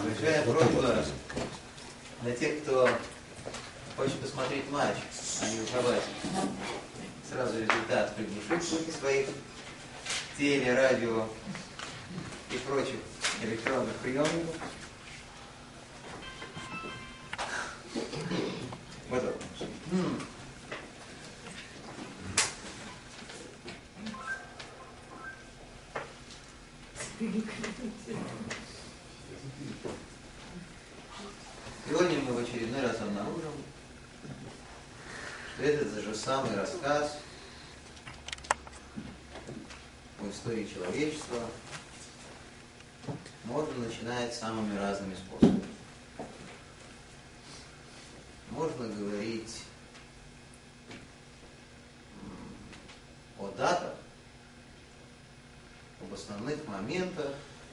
Большая просьба для тех, кто хочет посмотреть матч, а не уховать сразу результат, приглушить звуки своих теле, радио и прочих электронных приемников. Вот так. Сегодня мы в очередной раз обнаружим, что этот же самый рассказ о истории человечества можно начинать самыми разными способами. Можно говорить о датах, об основных моментах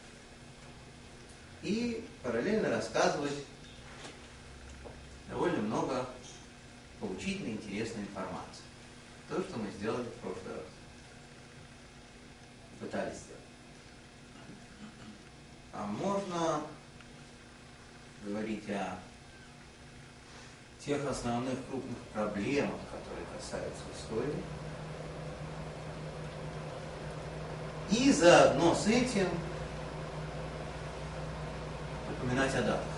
и параллельно рассказывать довольно много поучительной, интересной информации. То, что мы сделали в прошлый раз. Пытались сделать. А можно говорить о тех основных крупных проблемах, которые касаются истории. И заодно с этим упоминать о датах.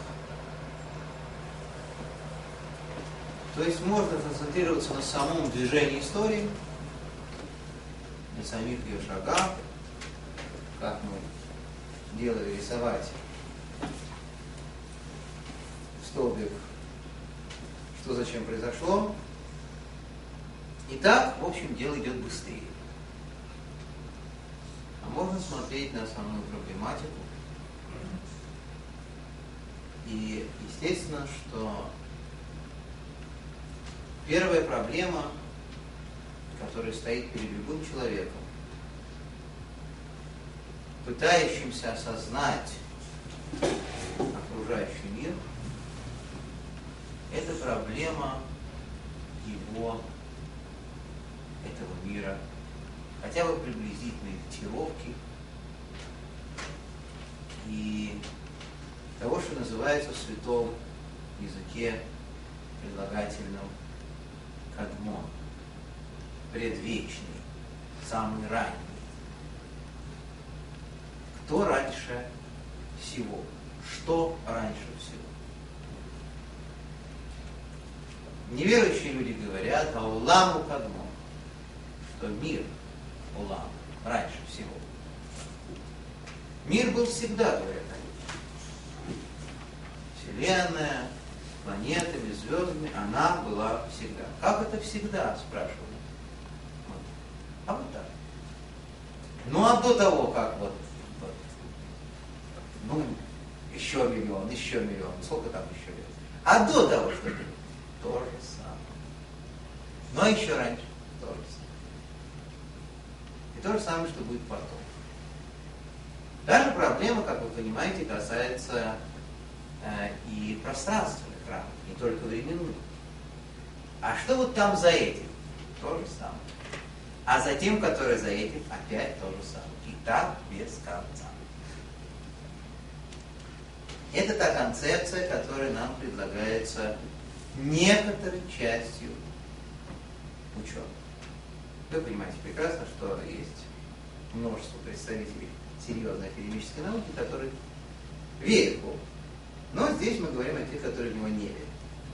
То есть можно концентрироваться на самом движении истории, на самих ее шагах, как мы делали, рисовать в столбик, что зачем произошло. И так, в общем, дело идет быстрее. А можно смотреть на основную проблематику. И естественно, что первая проблема, которая стоит перед любым человеком, пытающимся осознать окружающий мир, это проблема его, этого мира, хотя бы приблизительной датировки и того, что называется в святом языке прилагательным кадмон, предвечный, самый ранний. Кто раньше всего? Что раньше всего? Неверующие люди говорят «Ауламу кадмон», что мир, улам, раньше всего. Мир был всегда, говорят они. Вселенная, планетами, звездами, она была всегда. Как это всегда, спрашивают? А вот так. Ну а до того, как еще миллион, сколько там еще лет? А до того, что было? То же самое. Ну а еще раньше то же самое. И то же самое, что будет потом. Та же проблема, как вы понимаете, касается и пространственных рамок, не только временных. А что вот там за этим? То же самое. А за тем, который за этим, опять то же самое. И так без конца. Это та концепция, которая нам предлагается некоторой частью ученых. Вы понимаете прекрасно, что есть множество представителей серьезной академической науки, которые верят в Бога. Но здесь мы говорим о тех, которые в него не верят.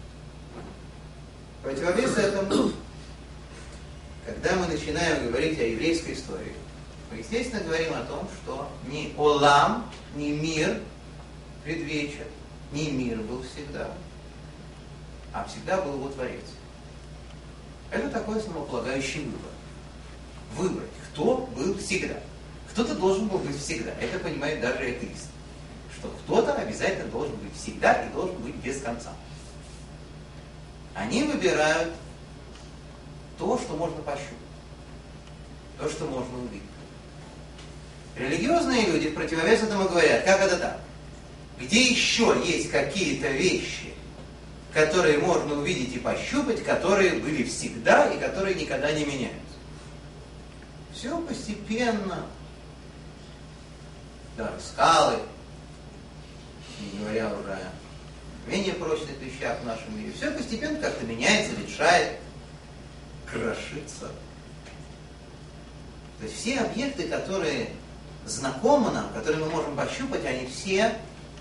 Противовес этому, когда мы начинаем говорить о еврейской истории, мы, естественно, говорим о том, что ни Олам, ни мир предвечен, ни мир был всегда, а всегда был его Творец. Это такой основополагающий выбор. Выбрать, кто был всегда. Кто-то должен был быть всегда. Это понимает даже атеист. Что кто-то обязательно должен быть всегда и должен быть без конца. Они выбирают то, что можно пощупать. То, что можно увидеть. Религиозные люди в противовес этому говорят, как это так? Где еще есть какие-то вещи, которые можно увидеть и пощупать, которые были всегда и которые никогда не меняются? Все постепенно. Даже скалы, не говоря уже о менее прочных вещах в нашем мире. Все постепенно как-то меняется, ветшает, крошится. То есть все объекты, которые знакомы нам, которые мы можем пощупать, они все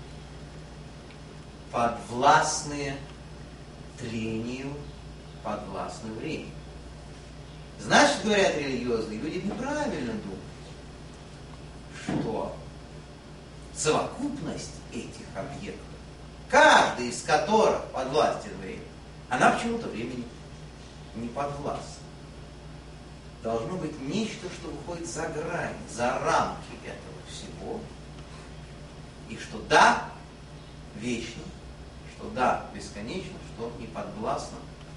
подвластны трению, подвластны времени. Значит, говорят религиозные люди, неправильно думают, что совокупность этих объектов, каждый из которых подвластен времени, она почему-то времени не подвластна. Должно быть нечто, что выходит за грань, за рамки этого всего, и что да, вечно, что да, бесконечно, что не подвластно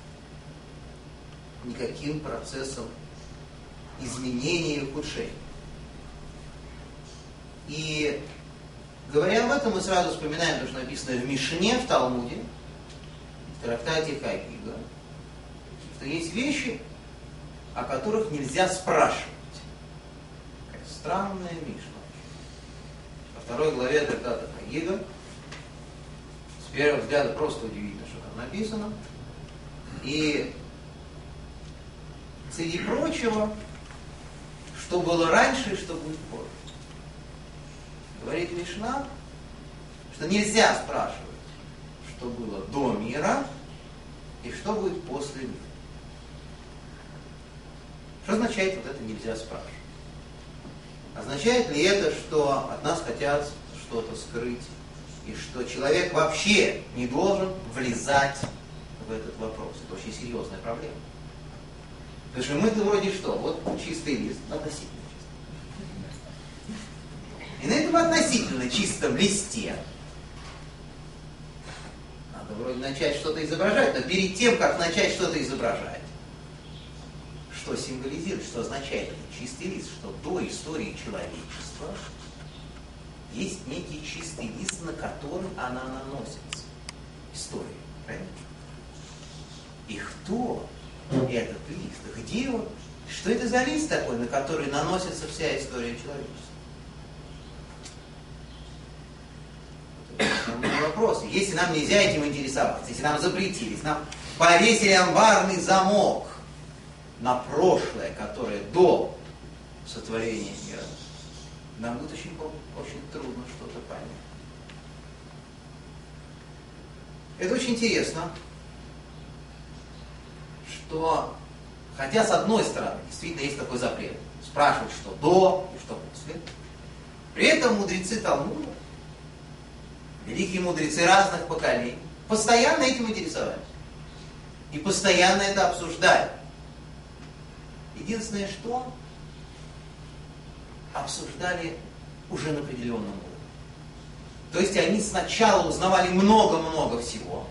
никаким процессом изменения и ухудшения. И говоря об этом, мы сразу вспоминаем то, что написано в Мишне, в Талмуде, в трактате Хагига, что есть вещи, о которых нельзя спрашивать. Какая странная Мишна. Во второй главе трактата Хагига с первого взгляда просто удивительно, что там написано. И среди прочего, что было раньше и что будет позже. Говорит Мишна, что нельзя спрашивать, что было до мира и что будет после мира. Что означает вот это нельзя спрашивать? Означает ли это, что от нас хотят что-то скрыть, и что человек вообще не должен влезать в этот вопрос? Это очень серьезная проблема. Потому что мы-то вроде что? Вот чистый лист, относительно чистый. И на этом относительно чистом листе надо вроде начать что-то изображать, но перед тем, как начать что-то изображать, что символизирует, что означает этот чистый лист, что до истории человечества есть некий чистый лист, на который она наносится. История, правильно? И кто этот лист? Где он? Что это за лист такой, на который наносится вся история человечества? Это основной вопрос. Если нам нельзя этим интересоваться, если нам запретили, если нам повесили амбарный замок на прошлое, которое до сотворения мира, нам будет очень трудно что-то понять. Это очень интересно, что, хотя с одной стороны, действительно есть такой запрет, спрашивать, что до и что после, при этом мудрецы Талмуда, великие мудрецы разных поколений, постоянно этим интересовались. И постоянно это обсуждали. Единственное, что обсуждали уже на определенном уровне. То есть они сначала узнавали много-много всего,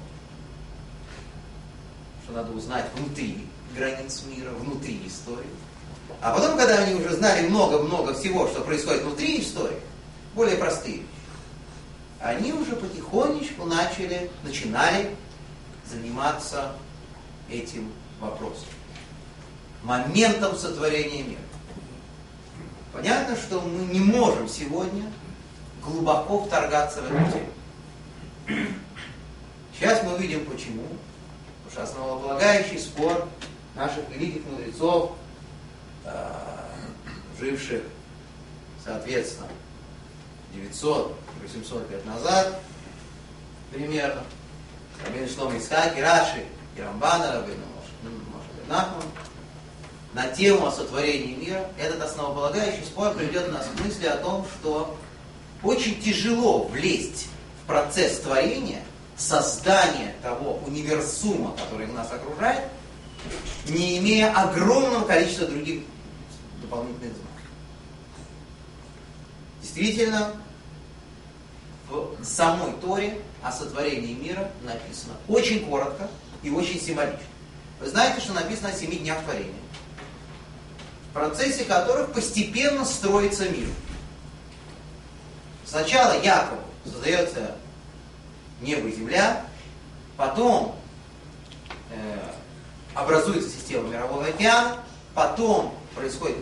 что надо узнать внутри границ мира, внутри истории. А потом, когда они уже знали много-много всего, что происходит внутри истории, более простые вещи, они уже потихонечку начинали заниматься этим вопросом. Моментом сотворения мира. Понятно, что мы не можем сегодня глубоко вторгаться в эту тему. Сейчас мы увидим почему. Потому что основополагающий спор наших великих мудрецов, живших, соответственно, 900-800 лет назад, примерно, Рабейну Шломо Ицхак, Раши, и Рамбана, Рабейну Моше Нахман, на тему о сотворении мира, этот основополагающий спор приведет нас к мысли о том, что очень тяжело влезть в процесс творения, создания того универсума, который нас окружает, не имея огромного количества других дополнительных знаков. Действительно, в самой Торе о сотворении мира написано очень коротко и очень символично. Вы знаете, что написано о 7 днях творения, в процессе которых постепенно строится мир. Сначала Якову создается небо и земля, потом образуется система Мирового океана, потом происходит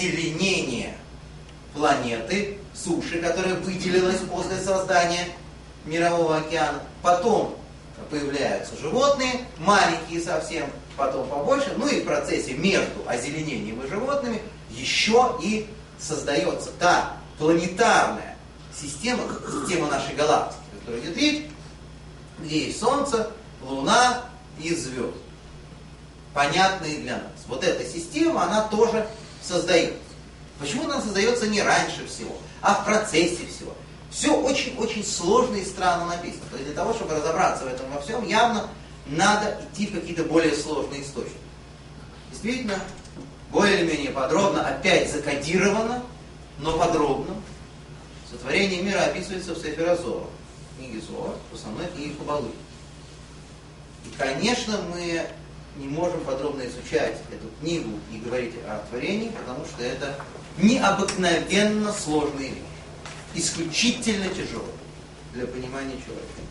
озеленение планеты, суши, которая выделилась после создания Мирового океана, потом появляются животные, маленькие совсем, потом побольше, ну и в процессе между озеленением и животными еще и создается та планетарная система, система нашей галактики, о которой идет речь, где есть Солнце, Луна и звезды, понятные для нас. Вот эта система, она тоже создается. Почему она создается не раньше всего, а в процессе всего? Все очень-очень сложно и странно написано. То есть для того, чтобы разобраться в этом во всем, явно надо идти в какие-то более сложные источники. Действительно, более или менее подробно, опять закодировано, но подробно, сотворение мира описывается в Сефер ха-Зоар, книге Зоар, в основной книге Каббалы. И, конечно, мы не можем подробно изучать эту книгу и говорить о творении, потому что это необыкновенно сложные вещи, исключительно тяжелые для понимания человека.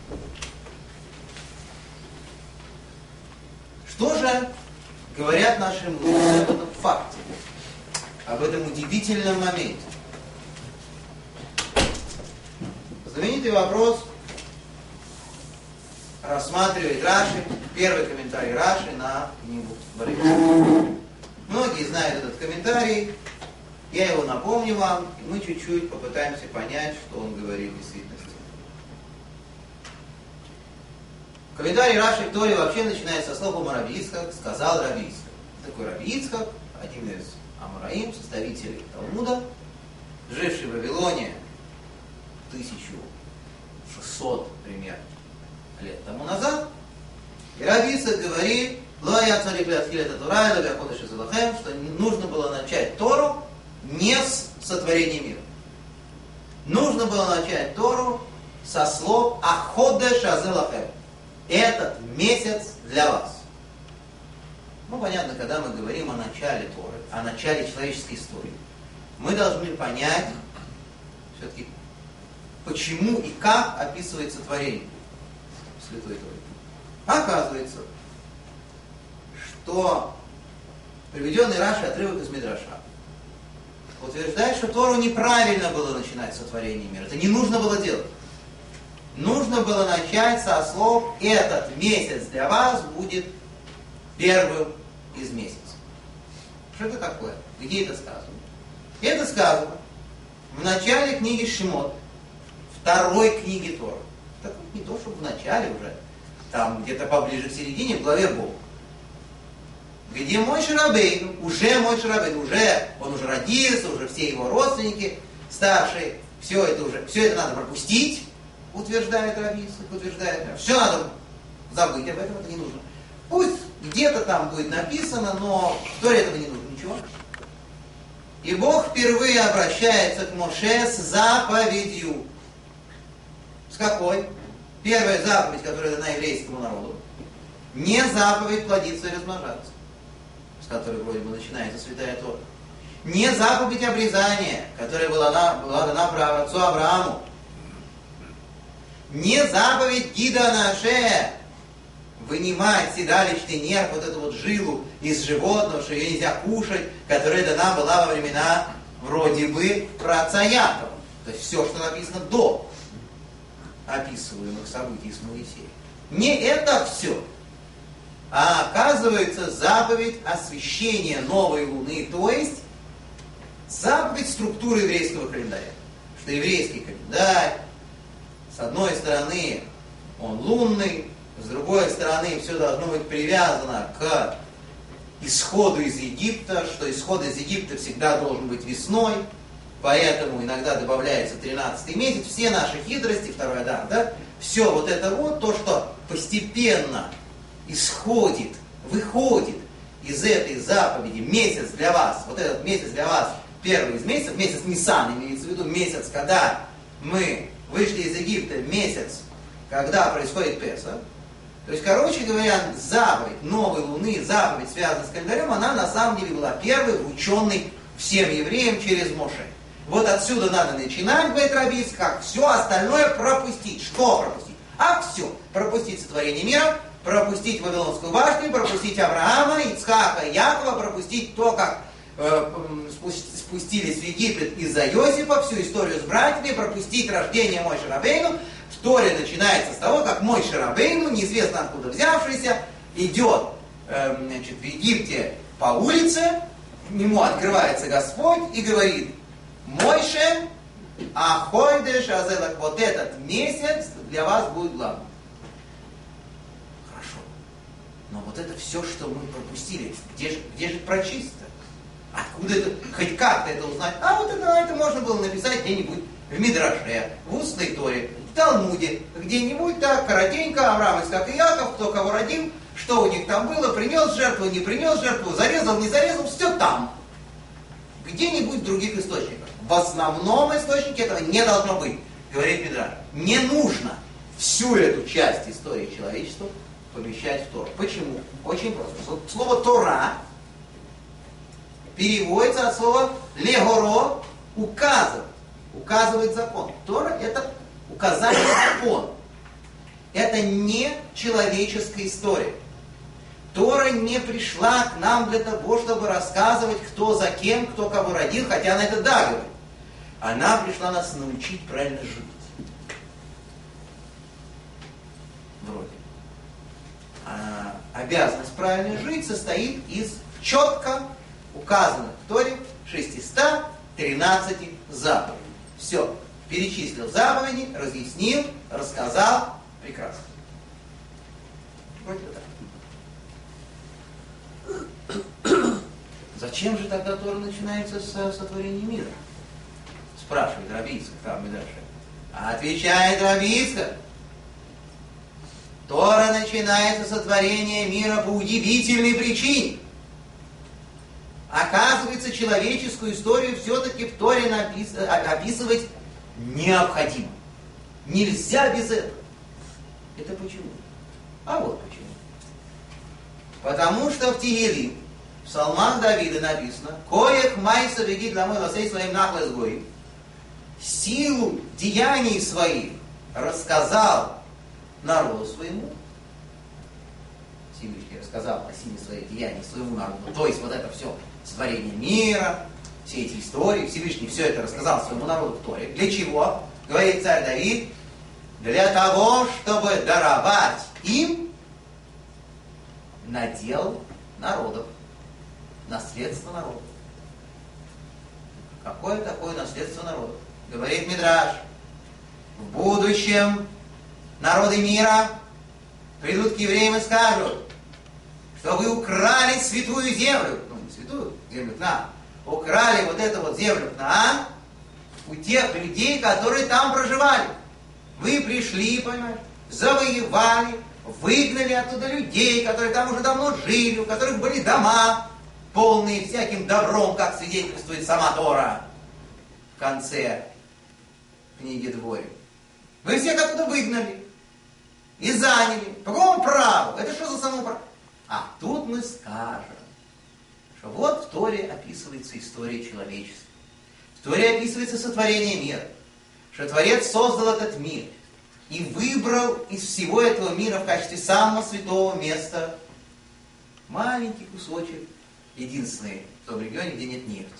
Что же говорят наши мудрецы об этом факте, об этом удивительном моменте? Знаменитый вопрос рассматривает Раши, первый комментарий Раши на книгу Берешит. Многие знают этот комментарий, я его напомню вам, и мы чуть-чуть попытаемся понять, что он говорит в действительности. Комментарий Раши в Торе вообще начинается со слов Раби Ицхак, сказал Раби Ицхак. Такой Раби Ицхак, один из Амараим, составителей Талмуда, живший в Вавилоне 1600 примерно лет тому назад. И Раби Ицхак говорит, что нужно было начать Тору не с сотворения мира. Нужно было начать Тору со слов «Аходеш азелахем». Этот месяц для вас. Ну, понятно, когда мы говорим о начале Торы, о начале человеческой истории, мы должны понять все-таки, почему и как описывается творение в Святой Торе. Оказывается, что приведенный Раши отрывок из Мидраша утверждает, что Тору неправильно было начинать со творения мира. Это не нужно было делать. Нужно было начать со слов «Этот месяц для вас будет первым из месяцев». Что это такое? Где это сказано? Это сказано в начале книги Шмот, второй книги Торы. Так не то, чтобы в начале уже, там где-то поближе к середине, в главе Бога. Где Моше Рабейну, он уже родился, уже все его родственники старшие, все это надо пропустить, утверждает Раби Ицхак, все надо забыть об этом, это не нужно. Пусть где-то там будет написано, но в Торе этого не нужно, ничего. И Бог впервые обращается к Моше с заповедью. С какой? Первая заповедь, которая дана еврейскому народу, не заповедь плодиться и размножаться, с которой вроде бы начинается Святая Тора. Не заповедь обрезания, которая была дана праотцу Аврааму. Не заповедь Гидона Аше, вынимать седалищный нерв, вот эту вот жилу из животного, что ее нельзя кушать, которая дана была во времена вроде бы праотца Якова. То есть все, что написано до описываемых событий с Моисеем. Не это все, а оказывается заповедь освящения новой луны, то есть заповедь структуры еврейского календаря. Что еврейский календарь, с одной стороны, он лунный, с другой стороны, все должно быть привязано к исходу из Египта, что исход из Египта всегда должен быть весной, поэтому иногда добавляется 13-й месяц, все наши хитрости, второй Адар, да, все вот это вот, то, что постепенно исходит, выходит из этой заповеди месяц для вас, вот этот месяц для вас, первый из месяцев, месяц Нисан, имеется в виду месяц, когда мы вышли из Египта, месяц, когда происходит Песах. То есть, короче говоря, заповедь новой луны, заповедь, связанная с календарем, она на самом деле была первой, врученной всем евреям через Моше. Вот отсюда надо начинать, говорит Раби Ицхак, как все остальное пропустить. Что пропустить? А все. Пропустить сотворение мира, пропустить Вавилонскую башню, пропустить Авраама, Ицхака, Якова, пропустить то, как спустились в Египет из-за Иосифа, всю историю с братьями, пропустить рождение Моше Рабейну, Торе начинается с того, как Моше Рабейну, неизвестно откуда взявшийся, идет в Египте по улице, ему открывается Господь и говорит: Моше, ахойдеш азелах, вот этот месяц для вас будет главным. Хорошо. Но вот это все, что мы пропустили, где же прочесть-то? Откуда это, хоть как-то это узнать? А вот это можно было написать где-нибудь в Мидраше, в устной Торе, в Талмуде, где-нибудь так, коротенько, Авраам, Исаак и Яков, кто кого родил, что у них там было, принес жертву, не принес жертву, зарезал, не зарезал, все там. Где-нибудь в других источниках. В основном источнике этого не должно быть, говорит Мидраш. Не нужно всю эту часть истории человечества помещать в Тору. Почему? Очень просто. Слово Тора переводится от слова легоро, указывать. Указывает закон. Тора — это указание закона. Это не человеческая история. Тора не пришла к нам для того, чтобы рассказывать, кто за кем, кто кого родил, хотя она это да говорит. Она пришла нас научить правильно жить. Вроде. А обязанность правильно жить состоит из четко указанных в Торе 613 заповедей. Все. Перечислил заповеди, разъяснил, рассказал. Прекрасно. Вроде так. Зачем же тогда Тора начинается с сотворения мира? Спрашивает Раби Ицхак там в Мидраше. Отвечает Раби Ицхак. Тора начинается с сотворения мира по удивительной причине. Оказывается, человеческую историю все-таки в Торе описывать необходимо. Нельзя без этого. Это почему? А вот почему. Потому что в Тегилим, в псалмах Давида написано: «Коех майса вегит ламой ласей своим нахлес гоим». Силу деяний своих рассказал народу своему. Всевышний рассказал о силе своих деяний своему народу. То есть вот это все сотворение мира, все эти истории, Всевышний все это рассказал своему народу в Торе. Для чего? Говорит царь Давид: для того, чтобы даровать им надел народов, наследство народов. Какое такое наследство народов? Говорит Мидраш: в будущем народы мира придут к евреям и скажут, что вы украли святую землю, не святую землю Кнаан, украли вот эту вот землю Кнаан у тех людей, которые там проживали. Вы пришли, понимаешь, завоевали, выгнали оттуда людей, которые там уже давно жили, у которых были дома, полные всяким добром, как свидетельствует сама Тора в конце книги Дворим. Вы всех оттуда выгнали и заняли. По какому праву? Это что за самоуправство? А тут мы скажем, что вот в Торе описывается история человечества. В Торе описывается сотворение мира. Что Творец создал этот мир и выбрал из всего этого мира в качестве самого святого места маленький кусочек, единственный в том регионе, где нет нефти.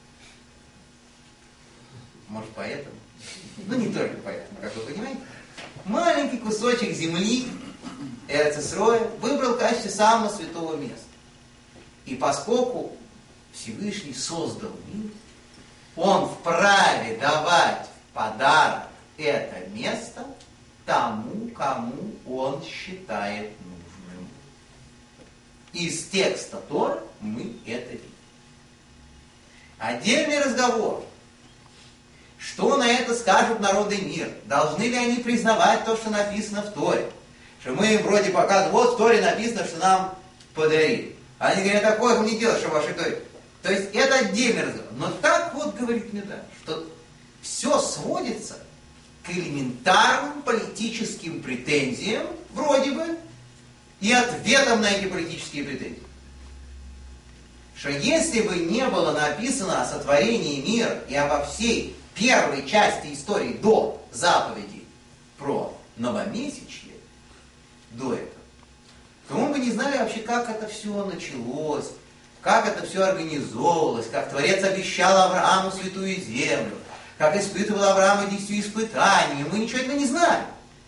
Может, поэтому? Ну, не только поэтому, как вы понимаете. Маленький кусочек земли, Эрец-Исроэль, выбрал в качестве самого святого места. И поскольку Всевышний создал мир, Он вправе давать в подарок это место тому, кому Он считает нужным. Из текста Торы мы это видим. Отдельный разговор. Что на это скажут народы мира? Должны ли они признавать то, что написано в Торе? Что мы им вроде показываем, вот в Торе написано, что нам подарили. А они говорят, такое вы не делаете, что в вашей Торе. То есть это отдельный разговор. Но так вот говорит Мидраш, что все сводится к элементарным политическим претензиям, вроде бы, и ответам на эти политические претензии. Что если бы не было написано о сотворении мира и обо всей первой части истории до заповеди про новомесячье, до этого, то мы бы не знали вообще, как это все началось, как это все организовывалось, как Творец обещал Аврааму святую землю, как испытывал Авраама 10 испытаниями. Мы ничего этого не знаем.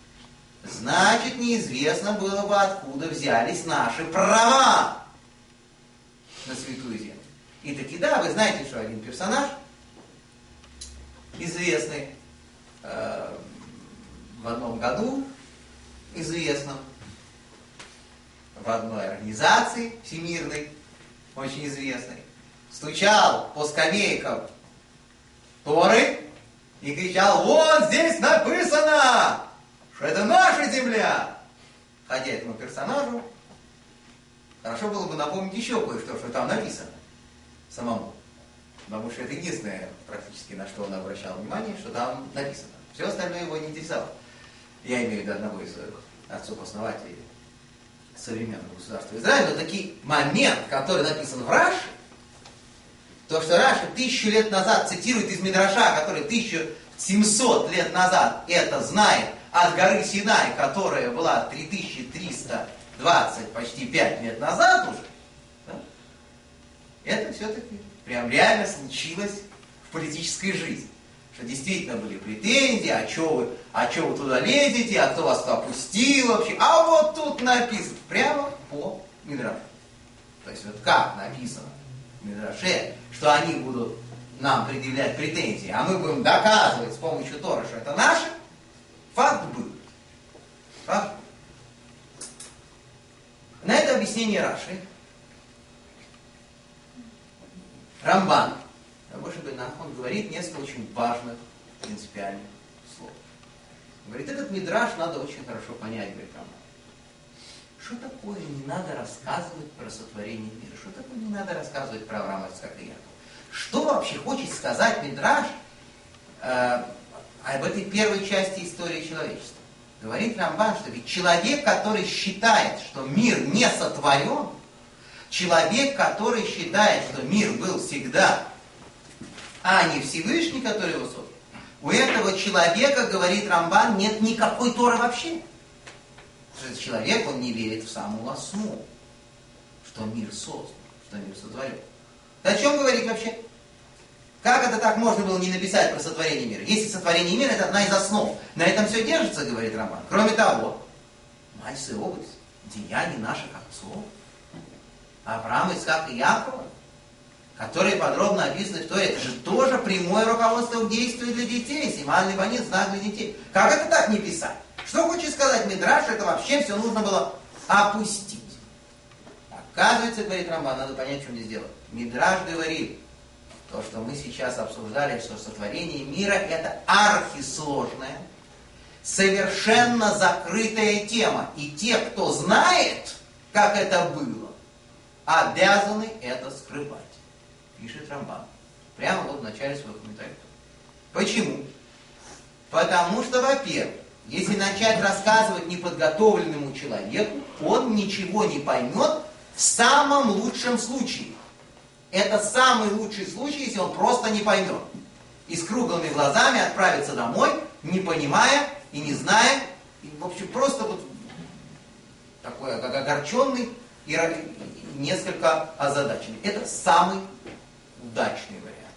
значит, неизвестно было бы, откуда взялись наши права на Святую Землю. И таки да, вы знаете, что один персонаж, известный, в одном году, известном, в одной организации всемирной, очень известной, стучал по скамейкам Торы и кричал: вот здесь написано, что это наша земля. Хотя этому персонажу хорошо было бы напомнить еще кое-что, что там написано самому. Потому что это единственное, практически, на что он обращал внимание, что там написано. Все остальное его не интересовало. Я имею в виду одного из отцов-основателей современного государства Израиля, но таки момент, который написан в Раши, то, что Раши 1000 лет назад цитирует из Мидраша, который 1700 лет назад это знает от горы Синай, которая была 3320, почти 5 лет назад уже, да? Это все-таки прям реально случилось в политической жизни. Что действительно были претензии, а что вы туда лезете, а кто вас туда пустил вообще, а вот тут написано, прямо по Мидрашу. То есть вот как написано в Мидраше, что они будут нам предъявлять претензии, а мы будем доказывать с помощью Торы, что это наше, факт был. Факт. На это объяснение Раши Рамбан, он говорит несколько очень важных, принципиальных слов. Он говорит, этот мидраш надо очень хорошо понять, говорит Рамбан. Что такое не надо рассказывать про сотворение мира? Что такое не надо рассказывать про Авраама, Ицхака и Якова? Что вообще хочет сказать мидраш об этой первой части истории человечества? Говорит Рамбан, что ведь человек, который считает, что мир не сотворен, человек, который считает, что мир был всегда, а не Всевышний, который его создал, у этого человека, говорит Рамбан, нет никакой Торы вообще. Потому что человек, он не верит в самую основу, что мир создан, что мир сотворен. О чем говорить вообще? Как это так можно было не написать про сотворение мира? Если сотворение мира, это одна из основ. На этом все держится, говорит Рамбан. Кроме того, Майса и Обувь, деяния наших отцов, Авраама, Ицхака и Якова, которые подробно описаны в Торе, это же тоже прямое руководство к действию для детей, символьный банит, знак для детей. Как это так не писать? Что хочет сказать Мидраш, это вообще все нужно было опустить. Оказывается, говорит Рамбан, надо понять, в чем здесь дело. Мидраш говорит, то, что мы сейчас обсуждали, что сотворение мира это архисложная, совершенно закрытая тема. И те, кто знает, как это было, обязаны это скрывать. Пишет Рамбан. Прямо вот в начале своего комментария. Почему? Потому что, во-первых, если начать рассказывать неподготовленному человеку, он ничего не поймет в самом лучшем случае. Это самый лучший случай, если он просто не поймет. И с круглыми глазами отправится домой, не понимая и не зная, и, в общем, просто вот такой огорченный и несколько озадаченный. Это самый удачный вариант.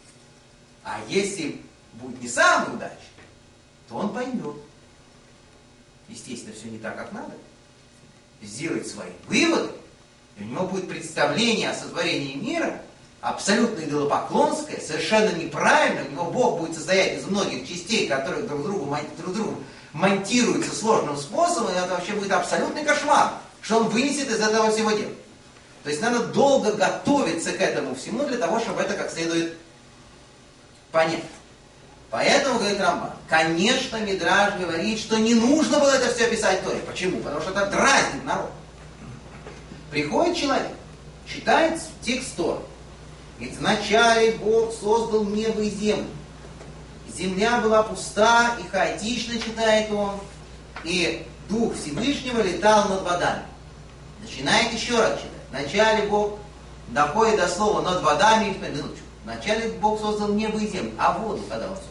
А если будет не самый удачный, то он поймет. Естественно, все не так, как надо. Сделает свои выводы, и у него будет представление о сотворении мира абсолютно идолопоклонское, совершенно неправильное. У него Бог будет состоять из многих частей, которые друг другу монтируются сложным способом, и это вообще будет абсолютный кошмар, что он вынесет из этого всего дела. То есть надо долго готовиться к этому всему, для того, чтобы это как следует понять. Поэтому, говорит Рамбан, конечно, Мидраш говорит, что не нужно было это все писать в Торе. Почему? Потому что это дразнит народ. Приходит человек, читает текст Торы. Говорит, вначале Бог создал небо и землю. Земля была пуста и хаотично, читает он, и Дух Всевышнего летал над водами. Начинает еще раз читать. Вначале Бог доходит до слова над водами, минуточку. Вначале Бог создал небо и землю, а воду когда он создал?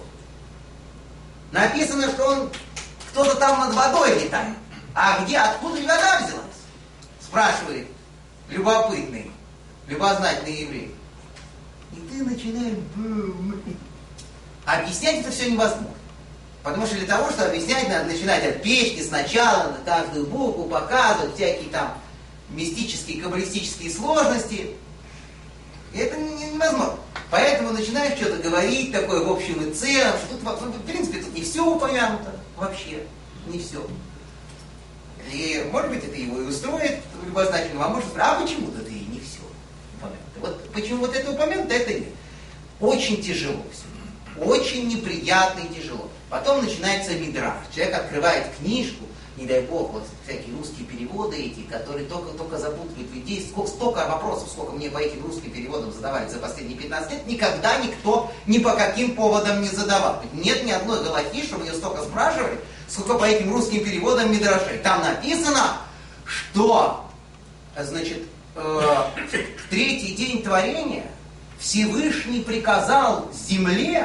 Написано, что он кто-то там над водой летает. А где, откуда вода взялась? Спрашивает любопытный, любознательный еврей. И ты начинаешь... Объяснять это все невозможно. Потому что для того, чтобы объяснять, надо начинать от печки сначала, на каждую букву показывать всякие там мистические, каббалистические сложности. И это невозможно. Поэтому начинаешь что-то говорить такое в общем и целом, что тут, в принципе, тут не все упомянуто. Вообще. Не все. И, может быть, это его и устроит любознательно, а может сказать, а почему-то это и не все упомянуто. Вот почему вот это упомянуто, это нет. Очень тяжело все. Очень неприятно и тяжело. Потом начинается мидраш. Человек открывает книжку, не дай бог, вот всякие русские переводы эти, которые только запутывают людей. Столько вопросов, сколько мне по этим русским переводам задавали за последние 15 лет, никогда никто ни по каким поводам не задавал. Нет ни одной галахи, чтобы ее столько спрашивали, сколько по этим русским переводам мидрашей. Там написано, что, значит, в третий день творения Всевышний приказал земле,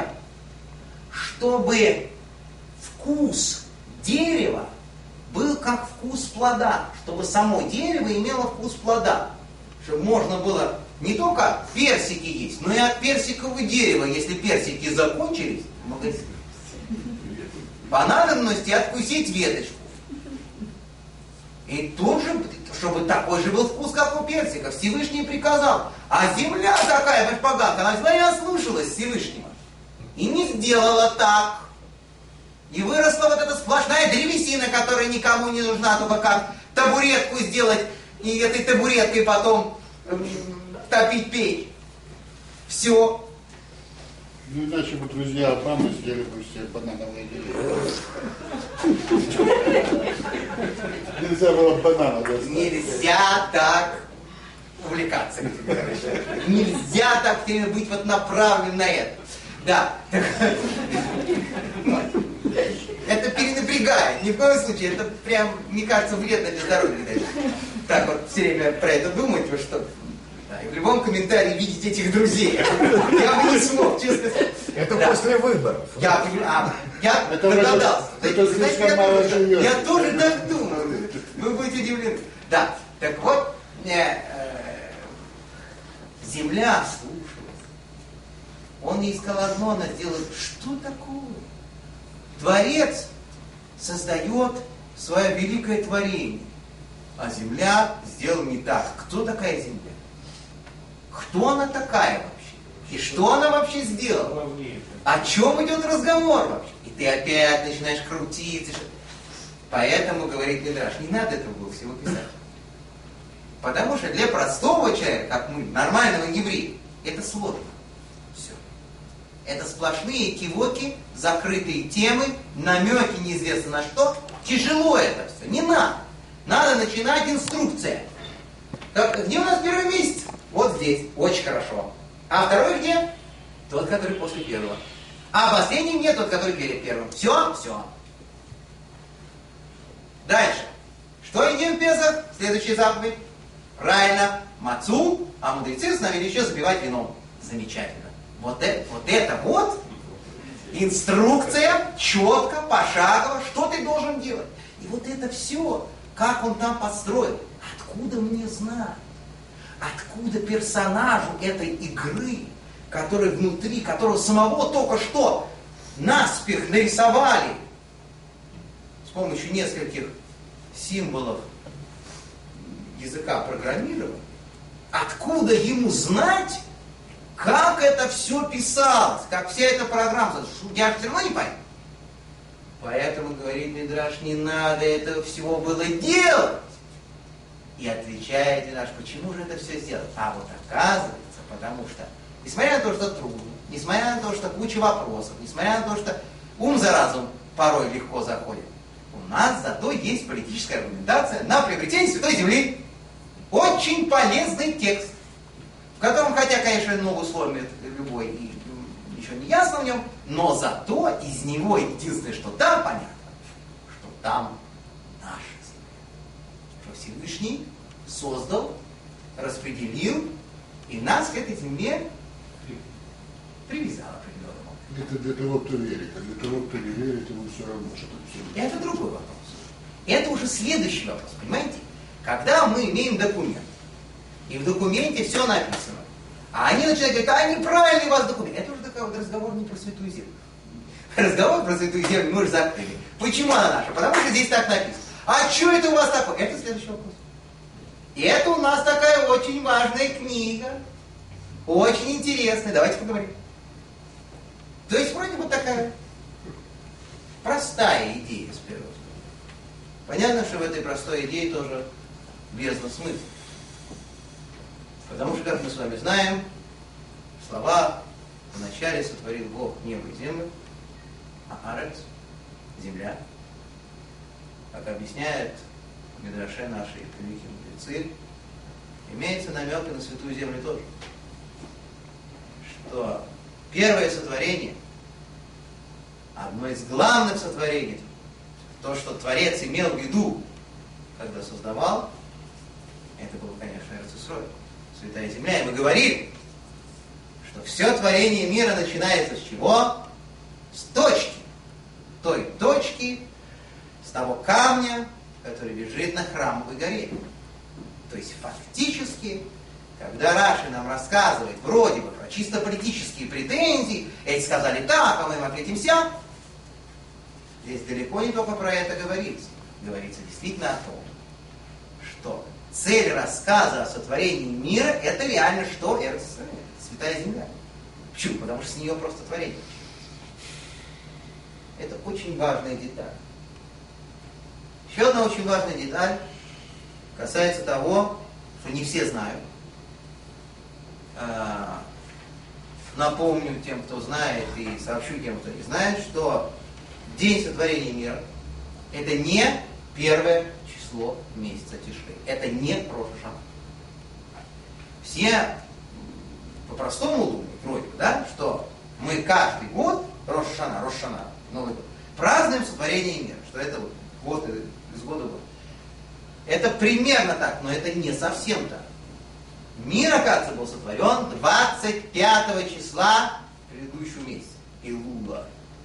чтобы вкус дерева был как вкус плода, чтобы само дерево имело вкус плода, чтобы можно было не только персики есть, но и от персикового дерева, если персики закончились, по надобности откусить веточку. И тут же, чтобы такой же был вкус, как у персика, Всевышний приказал. А земля такая, поганка, она всегда не ослушалась Всевышнего. И не сделала так. И выросла вот эта сплошная древесина, которая никому не нужна, только как табуретку сделать, и этой табуреткой потом топить печь. Все. Ну иначе бы друзья Обамы съели бы все банановые деревья. Нельзя было банана достать. Нельзя так увлекаться. Нельзя так быть вот направленным на это. Да. Это перенапрягает. Ни в коем случае. Это прям, мне кажется, вредно для здоровья. Даже. Так вот все время про это думать, вы что? Да, и в любом комментарии видеть этих друзей. Я бы не смог, честно сказать. Это после выборов. Я догадался. Я тоже так думал. Вы будете удивлены. Да, так вот, земля слушалась. Он ей сказал одно, она сделала. Что такое? Творец создает свое великое творение. А земля сделала не так. Кто такая земля? Кто она такая вообще? И что она вообще сделала? О чем идет разговор вообще? И ты опять начинаешь крутиться. Поэтому, говорит Мидраш, не надо этого было всего писать. Потому что для простого человека, как мы, нормального еврея, это сложно. Все. Это сплошные кивоки, закрытые темы, намеки неизвестно на что. Тяжело это все. Не надо. Надо начинать инструкция. Так, где у нас первый месяц? Вот здесь. Очень хорошо. А второй где? Тот, который после первого. А последний где? Тот, который перед первым. Все? Все. Дальше. Что едим в Песах? Следующая заповедь. Правильно. Мацу. А мудрецы установили еще запивать вином. Замечательно. Вот это инструкция, четко, пошагово, что ты должен делать. И вот это все, как он там построил. Откуда мне знать? Откуда персонажу этой игры, который внутри, которого самого только что наспех нарисовали с помощью нескольких символов языка программирования, откуда ему знать, как это все писалось, как вся эта программа, я все равно не пойму. Поэтому, говорит Мидраш, не надо этого всего было делать. И отвечает Мидраш, почему же это все сделать? А вот оказывается, потому что, несмотря на то, что трудно, несмотря на то, что куча вопросов, несмотря на то, что ум за разум порой легко заходит, у нас зато есть политическая аргументация на приобретение Святой Земли. Очень полезный текст, в котором, хотя, конечно, ногу сломит любой и ничего не ясно в нем, но зато из него единственное, что там понятно, что там наша земля. Что Всевышний создал, распределил и нас к этой земле привязал определенным образом. Это для того, кто верит. А для того, кто не верит, ему все равно, что тут все. Это другой вопрос. Это уже следующий вопрос, понимаете? Когда мы имеем документ, и в документе все написано, а они начинают говорить, а неправильный у вас документ. Это уже такой вот разговор не про Святую Землю. Разговор про Святую Землю мы уже закрыли. Почему она наша? Потому что здесь так написано. А что это у вас такое? Это следующий вопрос. И это у нас такая очень важная книга. Очень интересная. Давайте поговорим. То есть вроде бы такая простая идея с первого взгляда. Понятно, что в этой простой идее тоже бездна смысла. Потому что, как мы с вами знаем, слова «вначале сотворил Бог небо и землю», а «арец» — земля, как объясняет в Мидраше наши великие мудрецы, имеется намек и на Святую Землю тоже. Что первое сотворение, одно из главных сотворений, то, что Творец имел в виду, когда создавал, это было, конечно, Эрец-Исроэль, Святая Земля. И мы говорим, что все творение мира начинается с чего? С точки. Той точки, с того камня, который лежит на Храмовой горе. То есть фактически, когда Раши нам рассказывает вроде бы про чисто политические претензии, эти сказали так, а мы им ответим сяк, здесь далеко не только про это говорится. Говорится действительно о том, что цель рассказа о сотворении мира — это реально что? Эрец-Исроэль, Святая Земля. Почему? Потому что с нее просто творение. Это очень важная деталь. Еще одна очень важная деталь касается того, что не все знают. Напомню тем, кто знает, и сообщу тем, кто не знает, что день сотворения мира — это не первое число месяца Тишрей. Это не Рош ха-Шана. Все по-простому думают, вроде бы, да, что мы каждый год Рош ха-Шана, Новый год, празднуем сотворение мира, что это вот год из года в год. Это примерно так, но это не совсем так. Мир, оказывается, был сотворен 25 числа предыдущего месяца, Илула.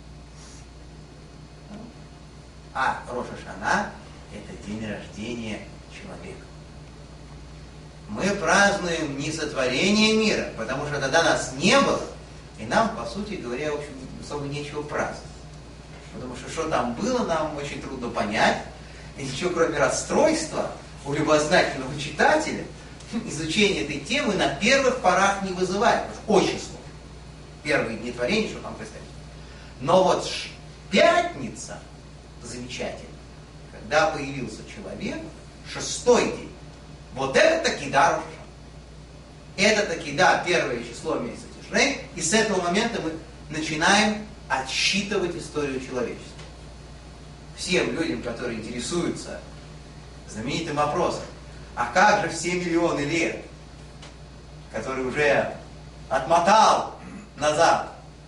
А Рош ха-Шана — это день рождения человека. Мы празднуем не сотворение мира, потому что тогда нас не было, и нам, по сути говоря, в общем, особо нечего праздновать. Потому что там было, нам очень трудно понять, и ничего кроме расстройства у любознательного читателя изучение этой темы на первых порах не вызывает. Очень сложно. Первые дни творения, что там представить. Но вот пятница замечательно, когда появился человек, 6-й день, вот это таки да, Рош ха-Шана. Это таки да, первое число месяца Тишрей, и с этого момента мы начинаем отсчитывать историю человечества. Всем людям, которые интересуются знаменитым вопросом, а как же все миллионы лет, которые уже отмотал назад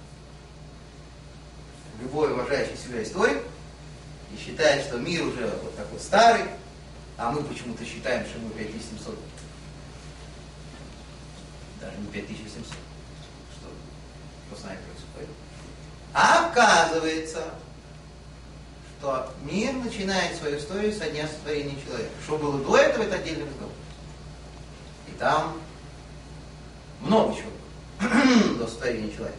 любой уважающий себя историк и считает, что мир уже вот такой старый, а мы почему-то считаем, что мы 5700. Даже не 5700. Что с нами происходит? А оказывается, что мир начинает свою историю со дня сотворения человека. Что было до этого, это отдельный разговор. И там много чего было до сотворения человека.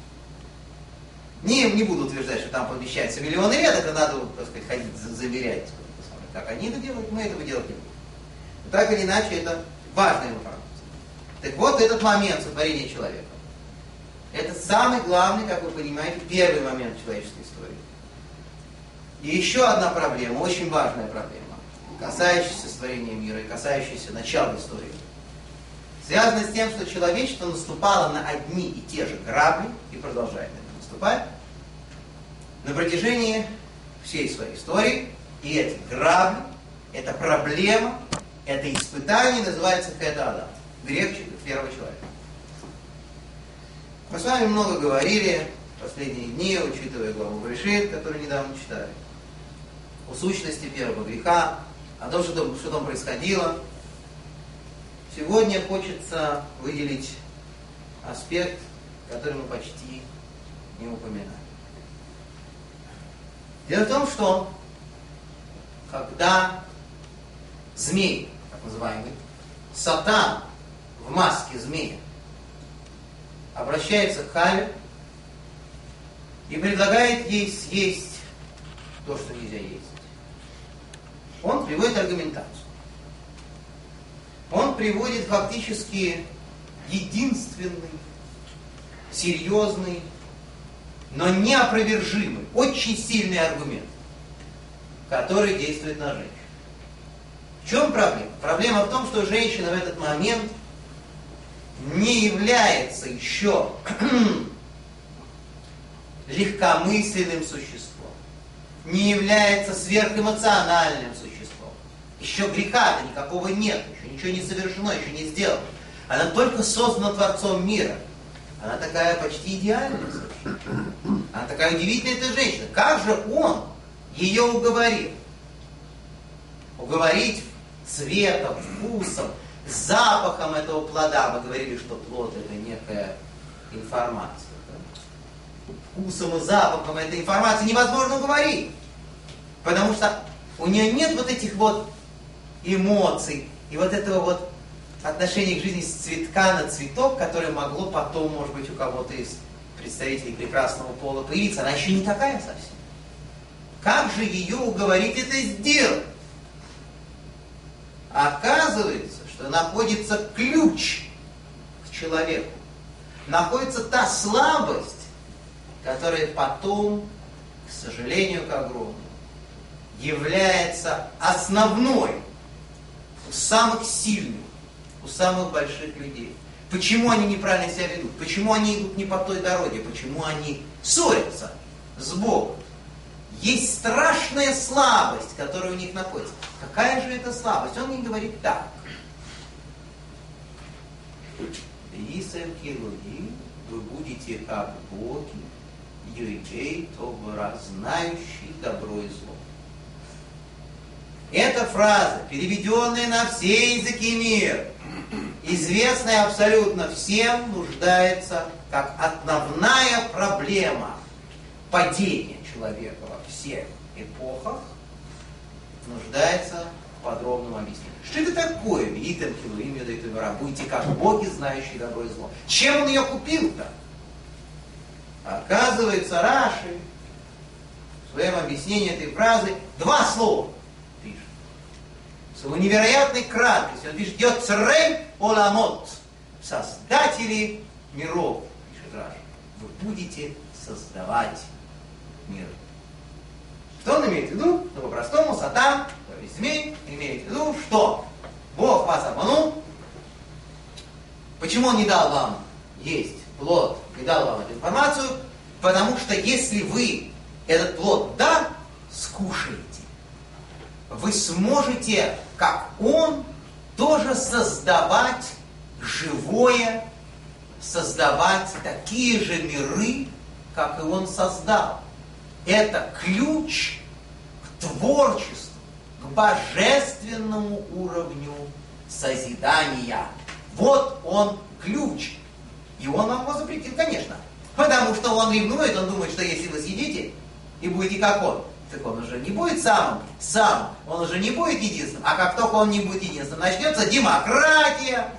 Не буду утверждать, что там помещается миллионы лет, это надо, так сказать, ходить замерять, как они это делают, мы этого делать не будем. Но так или иначе, это важная информация. Так вот, этот момент сотворения человека, это самый главный, как вы понимаете, первый момент человеческой истории. И еще одна проблема, очень важная проблема, касающаяся сотворения мира и касающаяся начала истории, связана с тем, что человечество наступало на одни и те же грабли и продолжает на них наступать на протяжении всей своей истории. И эти грабли, эта проблема, это испытание называется Хет Адам, грех первого человека. Мы с вами много говорили в последние дни, учитывая главу Брешит, которую недавно читали, о сущности первого греха, о том, что там происходило. Сегодня хочется выделить аспект, который мы почти не упоминали. Дело в том, что когда змей, так называемый, Сатан в маске змея, обращается к Хаве и предлагает ей съесть то, что нельзя есть. Он приводит аргументацию. Он приводит фактически единственный, серьезный, но неопровержимый, очень сильный аргумент, который действует на женщину. В чем проблема? Проблема в том, что женщина в этот момент не является еще легкомысленным существом, не является сверхэмоциональным существом. Еще греха-то никакого нет, еще ничего не совершено, еще не сделано. Она только создана Творцом мира. Она такая почти идеальная совершенно. Она такая удивительная эта женщина. Как же он ее уговорил? Уговорить цветом, вкусом, запахом этого плода. Мы говорили, что плод это некая информация. Да? Вкусом и запахом этой информации невозможно уговорить. Потому что у нее нет вот этих вот эмоций и вот этого вот отношения к жизни с цветка на цветок, которое могло потом, может быть, у кого-то из представителей прекрасного пола появиться. Она еще не такая совсем. Как же ее уговорить это сделать? Оказывается, что находится ключ к человеку. Находится та слабость, которая потом, к сожалению, к огромному, является основной у самых сильных, у самых больших людей. Почему они неправильно себя ведут? Почему они идут не по той дороге? Почему они ссорятся с Богом? Есть страшная слабость, которая у них находится. Какая же это слабость? Он мне говорит так. Вы будете как боги, Юрей, то знающий добро и зло. Эта фраза, переведенная на все языки мира, известная абсолютно всем, нуждается как основная проблема падения человека во всех эпохах, нуждается в подробном объяснении. Что это такое? Витам, Хилуим, Юдей, Товара. Будете как боги, знающие добро и зло. Чем он ее купил-то? Оказывается, Раши в своем объяснении этой фразы два слова пишет. С его невероятной краткостью. Он пишет «Йоцрей оламот». Создатели миров, пишет Раши. Вы будете создавать мир. Что он имеет в виду? Ну, по-простому, Сатан, то есть змей, имеет в виду, что Бог вас обманул. Почему он не дал вам есть плод, не дал вам эту информацию? Потому что если вы этот плод, да, скушаете, вы сможете, как он, тоже создавать живое, создавать такие же миры, как и он создал. Это ключ к творчеству, к божественному уровню созидания. Вот он ключ. И он вам его запретил, конечно. Потому что он ревнует, он думает, что если вы съедите и будете как он, так он уже не будет самым, он уже не будет единственным. А как только он не будет единственным, начнется демократия.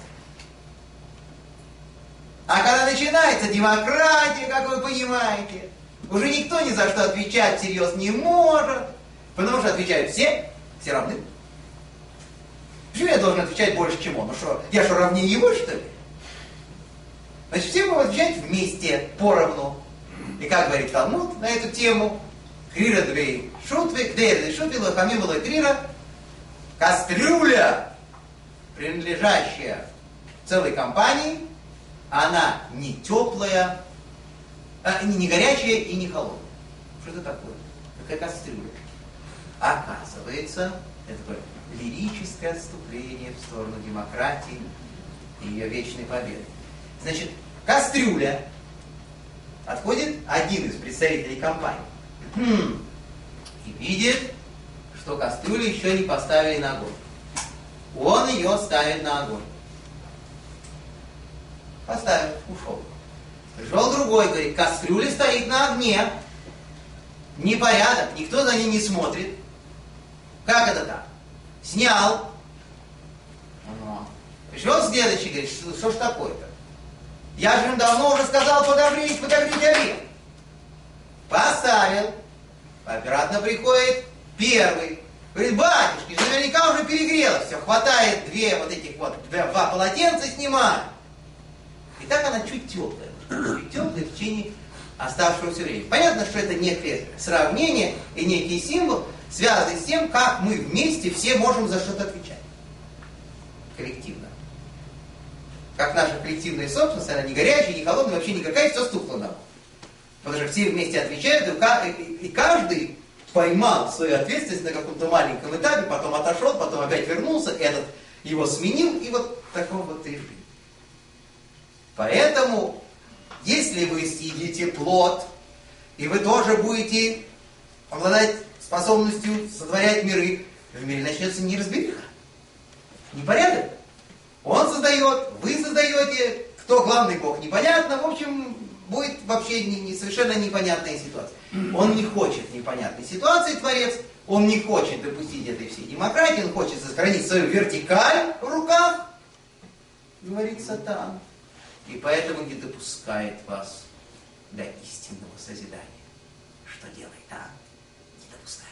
А когда начинается демократия, как вы понимаете, уже никто ни за что отвечать всерьез не может, потому что отвечают все равны. Почему я должен отвечать больше, чем он? Ну что, я что, равнее его, что ли? Значит, все будут отвечать вместе, поровну. И как говорит Талмуд на эту тему, крира двей шутве, кдейрды шутве, лохамим лой крира, кастрюля, принадлежащая целой компании, она не теплая, не горячая и не холодная. Что это такое? Какая кастрюля? Оказывается, это такое лирическое отступление в сторону демократии и ее вечной победы. Значит, кастрюля. Отходит один из представителей компании. И видит, что кастрюлю еще не поставили на огонь. Он ее ставит на огонь. Поставил, ушел. Пришел другой, говорит, кастрюля стоит на огне. Непорядок, никто за ней не смотрит. Как это так? Снял. Пришел следующий, говорит, что ж такое-то? Я же им давно уже сказал, подогреть обед. оставил. Обратно приходит первый. Говорит, батюшки, же наверняка уже перегрелось. Все, хватает два полотенца, снимай. И так она чуть теплая. Чуть теплая в течение оставшегося времени. Понятно, что это некое сравнение и некий символ, связанный с тем, как мы вместе все можем за что-то отвечать. Коллективно. Как наша коллективная собственность, она не горячая, не холодная, вообще никакая, все стухло нам. Потому что все вместе отвечают, и каждый поймал свою ответственность на каком-то маленьком этапе, потом отошел, потом опять вернулся, этот его сменил, и вот таком вот и жизнь. Поэтому, если вы съедите плод, и вы тоже будете обладать способностью сотворять миры, в мире начнется неразбериха. Непорядок. Он создает, вы создаете, кто главный бог, непонятно. В общем, будет вообще совершенно непонятная ситуация. Он не хочет непонятной ситуации, Творец. Он не хочет допустить этой всей демократии. Он хочет сохранить свою вертикаль в руках, говорит Сатан. И поэтому не допускает вас до истинного созидания. Что делает, а? Не допускает.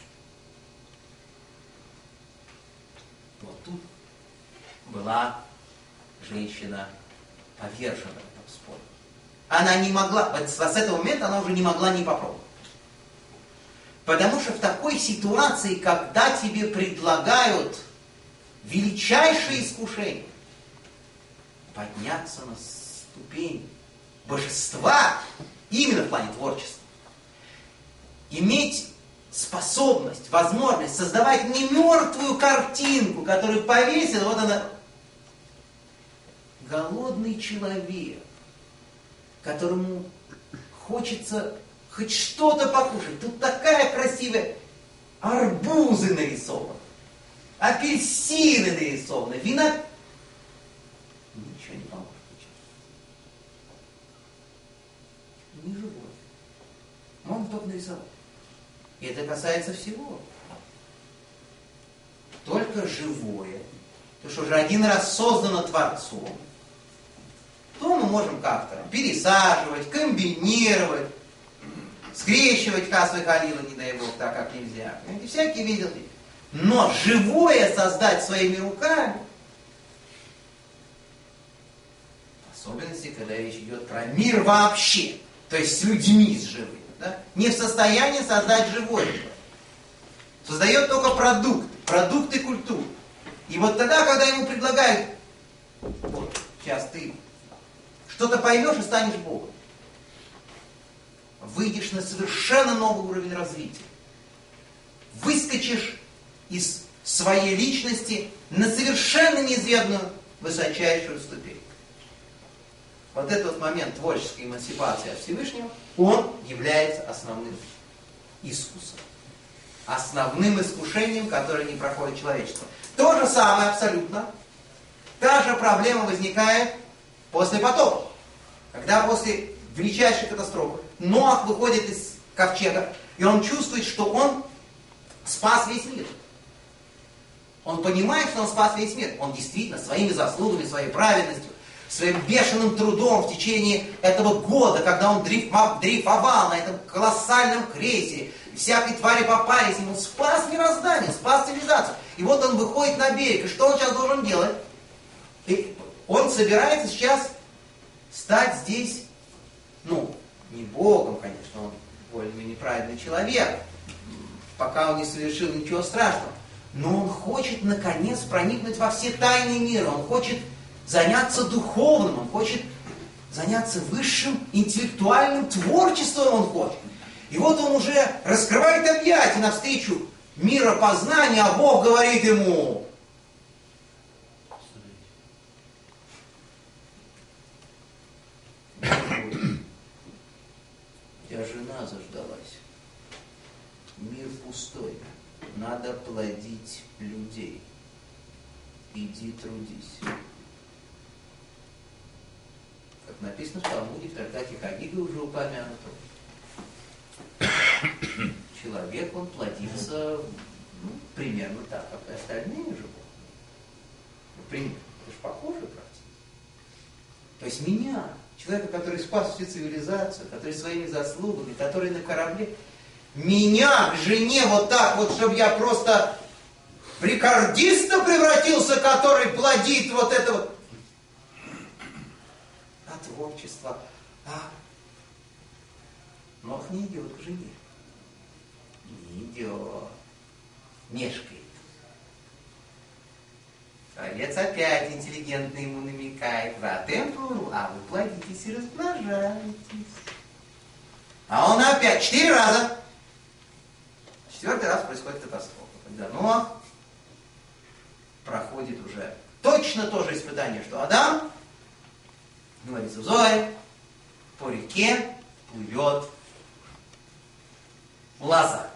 Вот тут была женщина повержена в этом споре. Она не могла, с этого момента она уже не могла не попробовать. Потому что в такой ситуации, когда тебе предлагают величайшее искушение, подняться на ступень божества, именно в плане творчества, иметь способность, возможность создавать не мертвую картинку, которую повесил, вот она, голодный человек, которому хочется хоть что-то покушать. Тут такая красивая, арбузы нарисованы, апельсины нарисованы, вина. Ничего не поможет. Не живой. Можно только нарисовать. И это касается всего. Только живое. То, что уже один раз создано Творцом, то мы можем как-то пересаживать, комбинировать, скрещивать хасвы халила, не дай бог, так как нельзя. Понимаете, всякие видели. Но живое создать своими руками, в особенности, когда речь идет про мир вообще, то есть с людьми, с живыми, да, не в состоянии создать живое. Создает только продукты культуры. И вот тогда, когда ему предлагают, вот, сейчас ты что-то поймешь и станешь Богом, выйдешь на совершенно новый уровень развития, выскочишь из своей личности на совершенно неизведанную высочайшую ступень. Вот этот вот момент творческой эмансипации от Всевышнего, он является основным искусом, основным искушением, которое не проходит человечество. То же самое абсолютно, та же проблема возникает после потопа, когда после величайшей катастрофы Ноах выходит из ковчега, и он чувствует, что он спас весь мир. Он понимает, что он спас весь мир. Он действительно своими заслугами, своей праведностью, своим бешеным трудом в течение этого года, когда он дрейфовал на этом колоссальном крейсере, всякой твари попались, ему спас мироздание, спас цивилизацию. И вот он выходит на берег, и что он сейчас должен делать? И он собирается сейчас стать здесь, не Богом, конечно, он более-менее праведный человек, пока он не совершил ничего страшного, но он хочет, наконец, проникнуть во все тайны мира, он хочет заняться духовным, он хочет заняться высшим интеллектуальным творчеством, он хочет. И вот он уже раскрывает объятия навстречу миропознанию, а Бог говорит ему: у тебя жена заждалась, мир пустой, надо плодить людей, иди трудись. Как написано в Талмуде, в трактате Хагига уже упомянуто. Человек, он плодится примерно так, как и остальные животные. Примерно. Это же похоже, правда. То есть меня, человека, который спас всю цивилизацию, который своими заслугами, который на корабле, меня к жене вот так вот, чтобы я просто в рекордиста превратился, который плодит вот это вот. А творчество, Нох не идет к жене. Не идет. Мешкает. Творец опять интеллигентно ему намекает. А вы плодитесь и размножаетесь. А он опять 4 раза. 4-й раз происходит катастрофа. Когда Ноах проходит уже точно то же испытание, что Адам, говорится в Зоаре, по реке плывет лоза.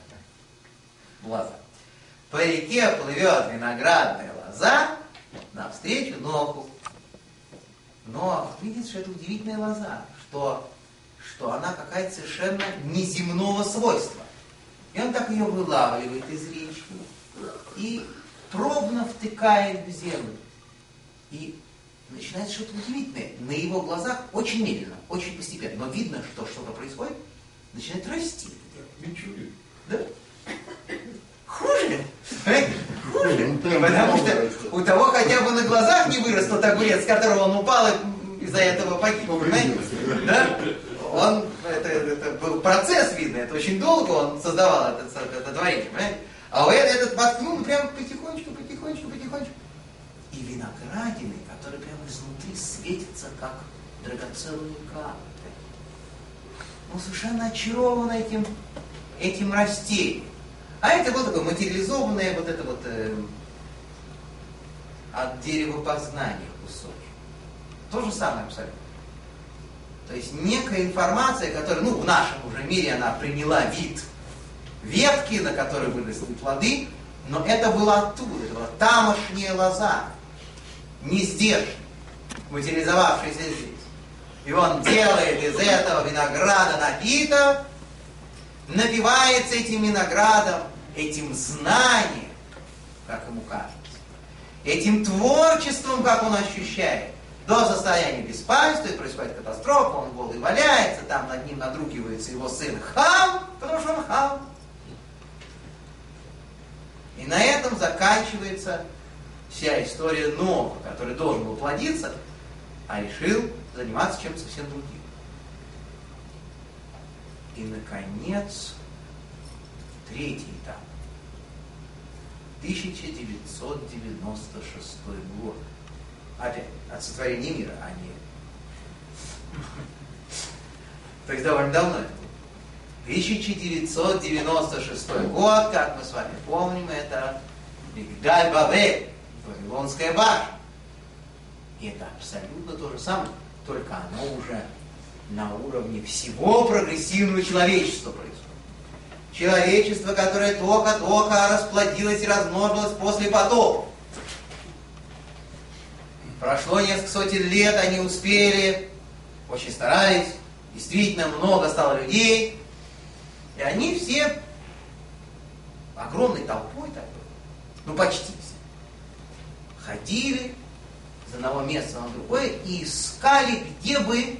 По реке плывет виноградная лоза навстречу Ноху. Ноах видит, что это удивительная лоза, что она какая-то совершенно неземного свойства. И он так ее вылавливает из речки и пробно втыкает в землю. И начинается что-то удивительное. На его глазах очень медленно, очень постепенно. Но видно, что что-то происходит, начинает расти. Да? Хуже. Хуже. Потому что у того хотя бы на глазах не вырос тот огурец, с которого он упал и из-за этого погиб. Понимаете? Да? Это был процесс, видно, это очень долго он создавал это творение, понимаете? А у этот воткнул прям потихонечку. И виноградины, которые прямо изнутри светятся, как драгоценные камни. Он совершенно очарован этим растением. А это было такое материализованное вот это вот от дерева познания кусочек. То же самое абсолютно. То есть некая информация, которая, в нашем уже мире она приняла вид ветки, на которой выросли плоды, но это было оттуда, это была тамошняя лоза, не здешняя, материализовавшаяся здесь. И он делает из этого винограда напиток, напивается этим виноградом, этим знанием, как ему кажется, этим творчеством, как он ощущает, до состояния беспамятства, и происходит катастрофа, он голый валяется, там над ним надругивается его сын Хам, потому что он Хам. И на этом заканчивается вся история Ноха, который должен был плодиться, а решил заниматься чем-то совсем другим. И, наконец, 3-й этап. 1996 год. Опять, от сотворения мира, а не... То есть довольно давно это было. 1996 год, как мы с вами помним, это Мигдаль Бавель, Вавилонская башня. И это абсолютно то же самое, только оно уже на уровне всего прогрессивного человечества происходит. Человечество, которое только-только расплодилось и размножилось после потопа. Прошло несколько сотен лет, они успели, очень старались, действительно много стало людей, и они все огромной толпой такой, почти все, ходили с одного места на другое и искали, где бы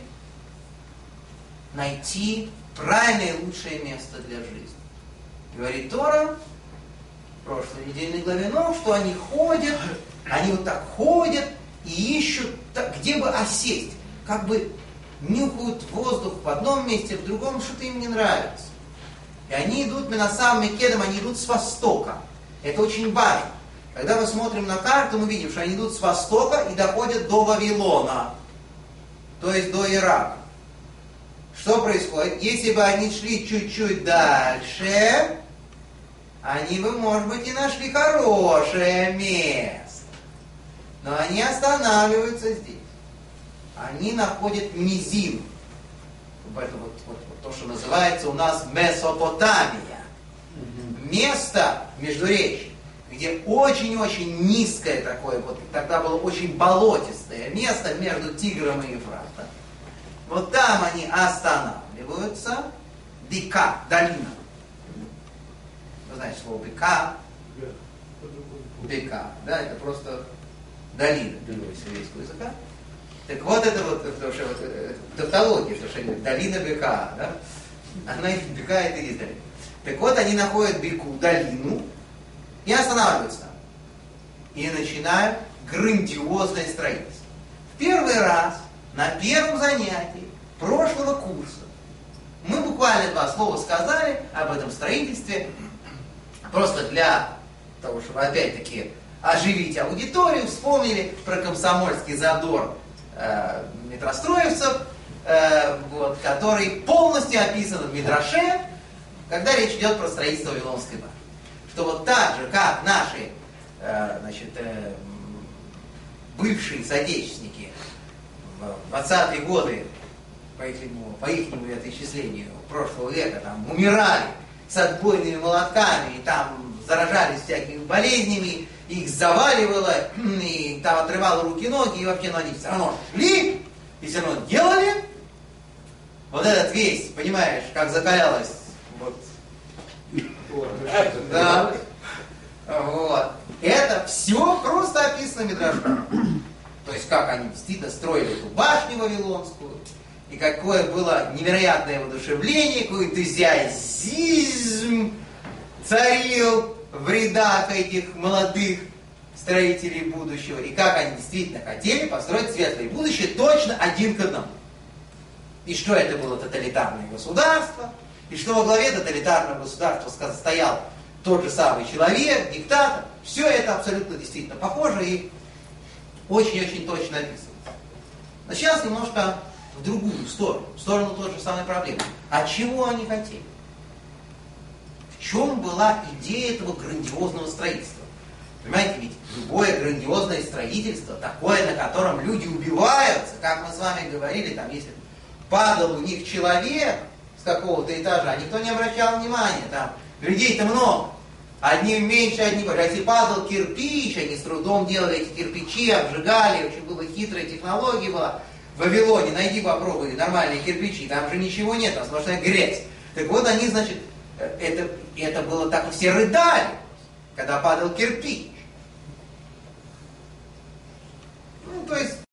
найти правильное и лучшее место для жизни. Говорит Тора в прошлой недельной главе, что они ходят, они вот так ходят и ищут, где бы осесть, как бы нюхают воздух в одном месте, в другом что-то им не нравится. И они идут, Менасам Мекедом, они идут с востока. Это очень важно. Когда мы смотрим на карту, мы видим, что они идут с востока и доходят до Вавилона, то есть до Ирака. Что происходит? Если бы они шли чуть-чуть дальше, они бы, может быть, и нашли хорошее место. Но они останавливаются здесь. Они находят низину. Это вот то, что называется у нас Месопотамия. Место междуречья, где очень-очень низкое такое, тогда было очень болотистое место между Тигром и Ефратом. Вот там они останавливаются. Бека, долина. Вы знаете слово бека? Бека, да, это просто долина сирийского языка. Так вот это потому что тавтология, что долина бека, да? Она бека это и есть долина. Так вот, они находят Беку, долину, и останавливаются там. И начинают грандиозное строительство. В первый раз, на первом занятии прошлого курса, мы буквально 2 слова сказали об этом строительстве, просто для того, чтобы опять-таки оживить аудиторию, вспомнили про комсомольский задор метростроевцев, который полностью описан в Мидраше, когда речь идет про строительство Вавилонской башни. Что вот так же, как наши бывшие соотечественники в 20-е годы, по ихнему летоисчислению прошлого века, там умирали с отбойными молотками, и там заражались всякими болезнями, их заваливало, и там отрывало руки, ноги, и вообще, но они все равно шли, и все равно делали. Вот этот весь, понимаешь, как закалялась, вот, да, вот. Это все просто описано Мидрашем. То есть, как они действительно строили эту башню Вавилонскую, и какое было невероятное воодушевление, какой энтузиазм царил в рядах этих молодых строителей будущего, и как они действительно хотели построить светлое будущее точно 1 к 1. И что это было тоталитарное государство, и что во главе тоталитарного государства стоял тот же самый человек, диктатор. Все это абсолютно действительно похоже и очень-очень точно описывается. Но сейчас немножко в другую сторону, в сторону той же самой проблемы. А чего они хотели? В чем была идея этого грандиозного строительства? Понимаете, ведь любое грандиозное строительство, такое, на котором люди убиваются, как мы с вами говорили, там, если падал у них человек с какого-то этажа, никто не обращал внимания, там, людей-то много. Одни меньше, одни больше. А если падал кирпич, они с трудом делали эти кирпичи, обжигали, очень была хитрая технология была. В Вавилоне, найди, попробуй нормальные кирпичи, там же ничего нет, там сплошная грязь. Так вот они, значит, это было так, все рыдали, когда падал кирпич.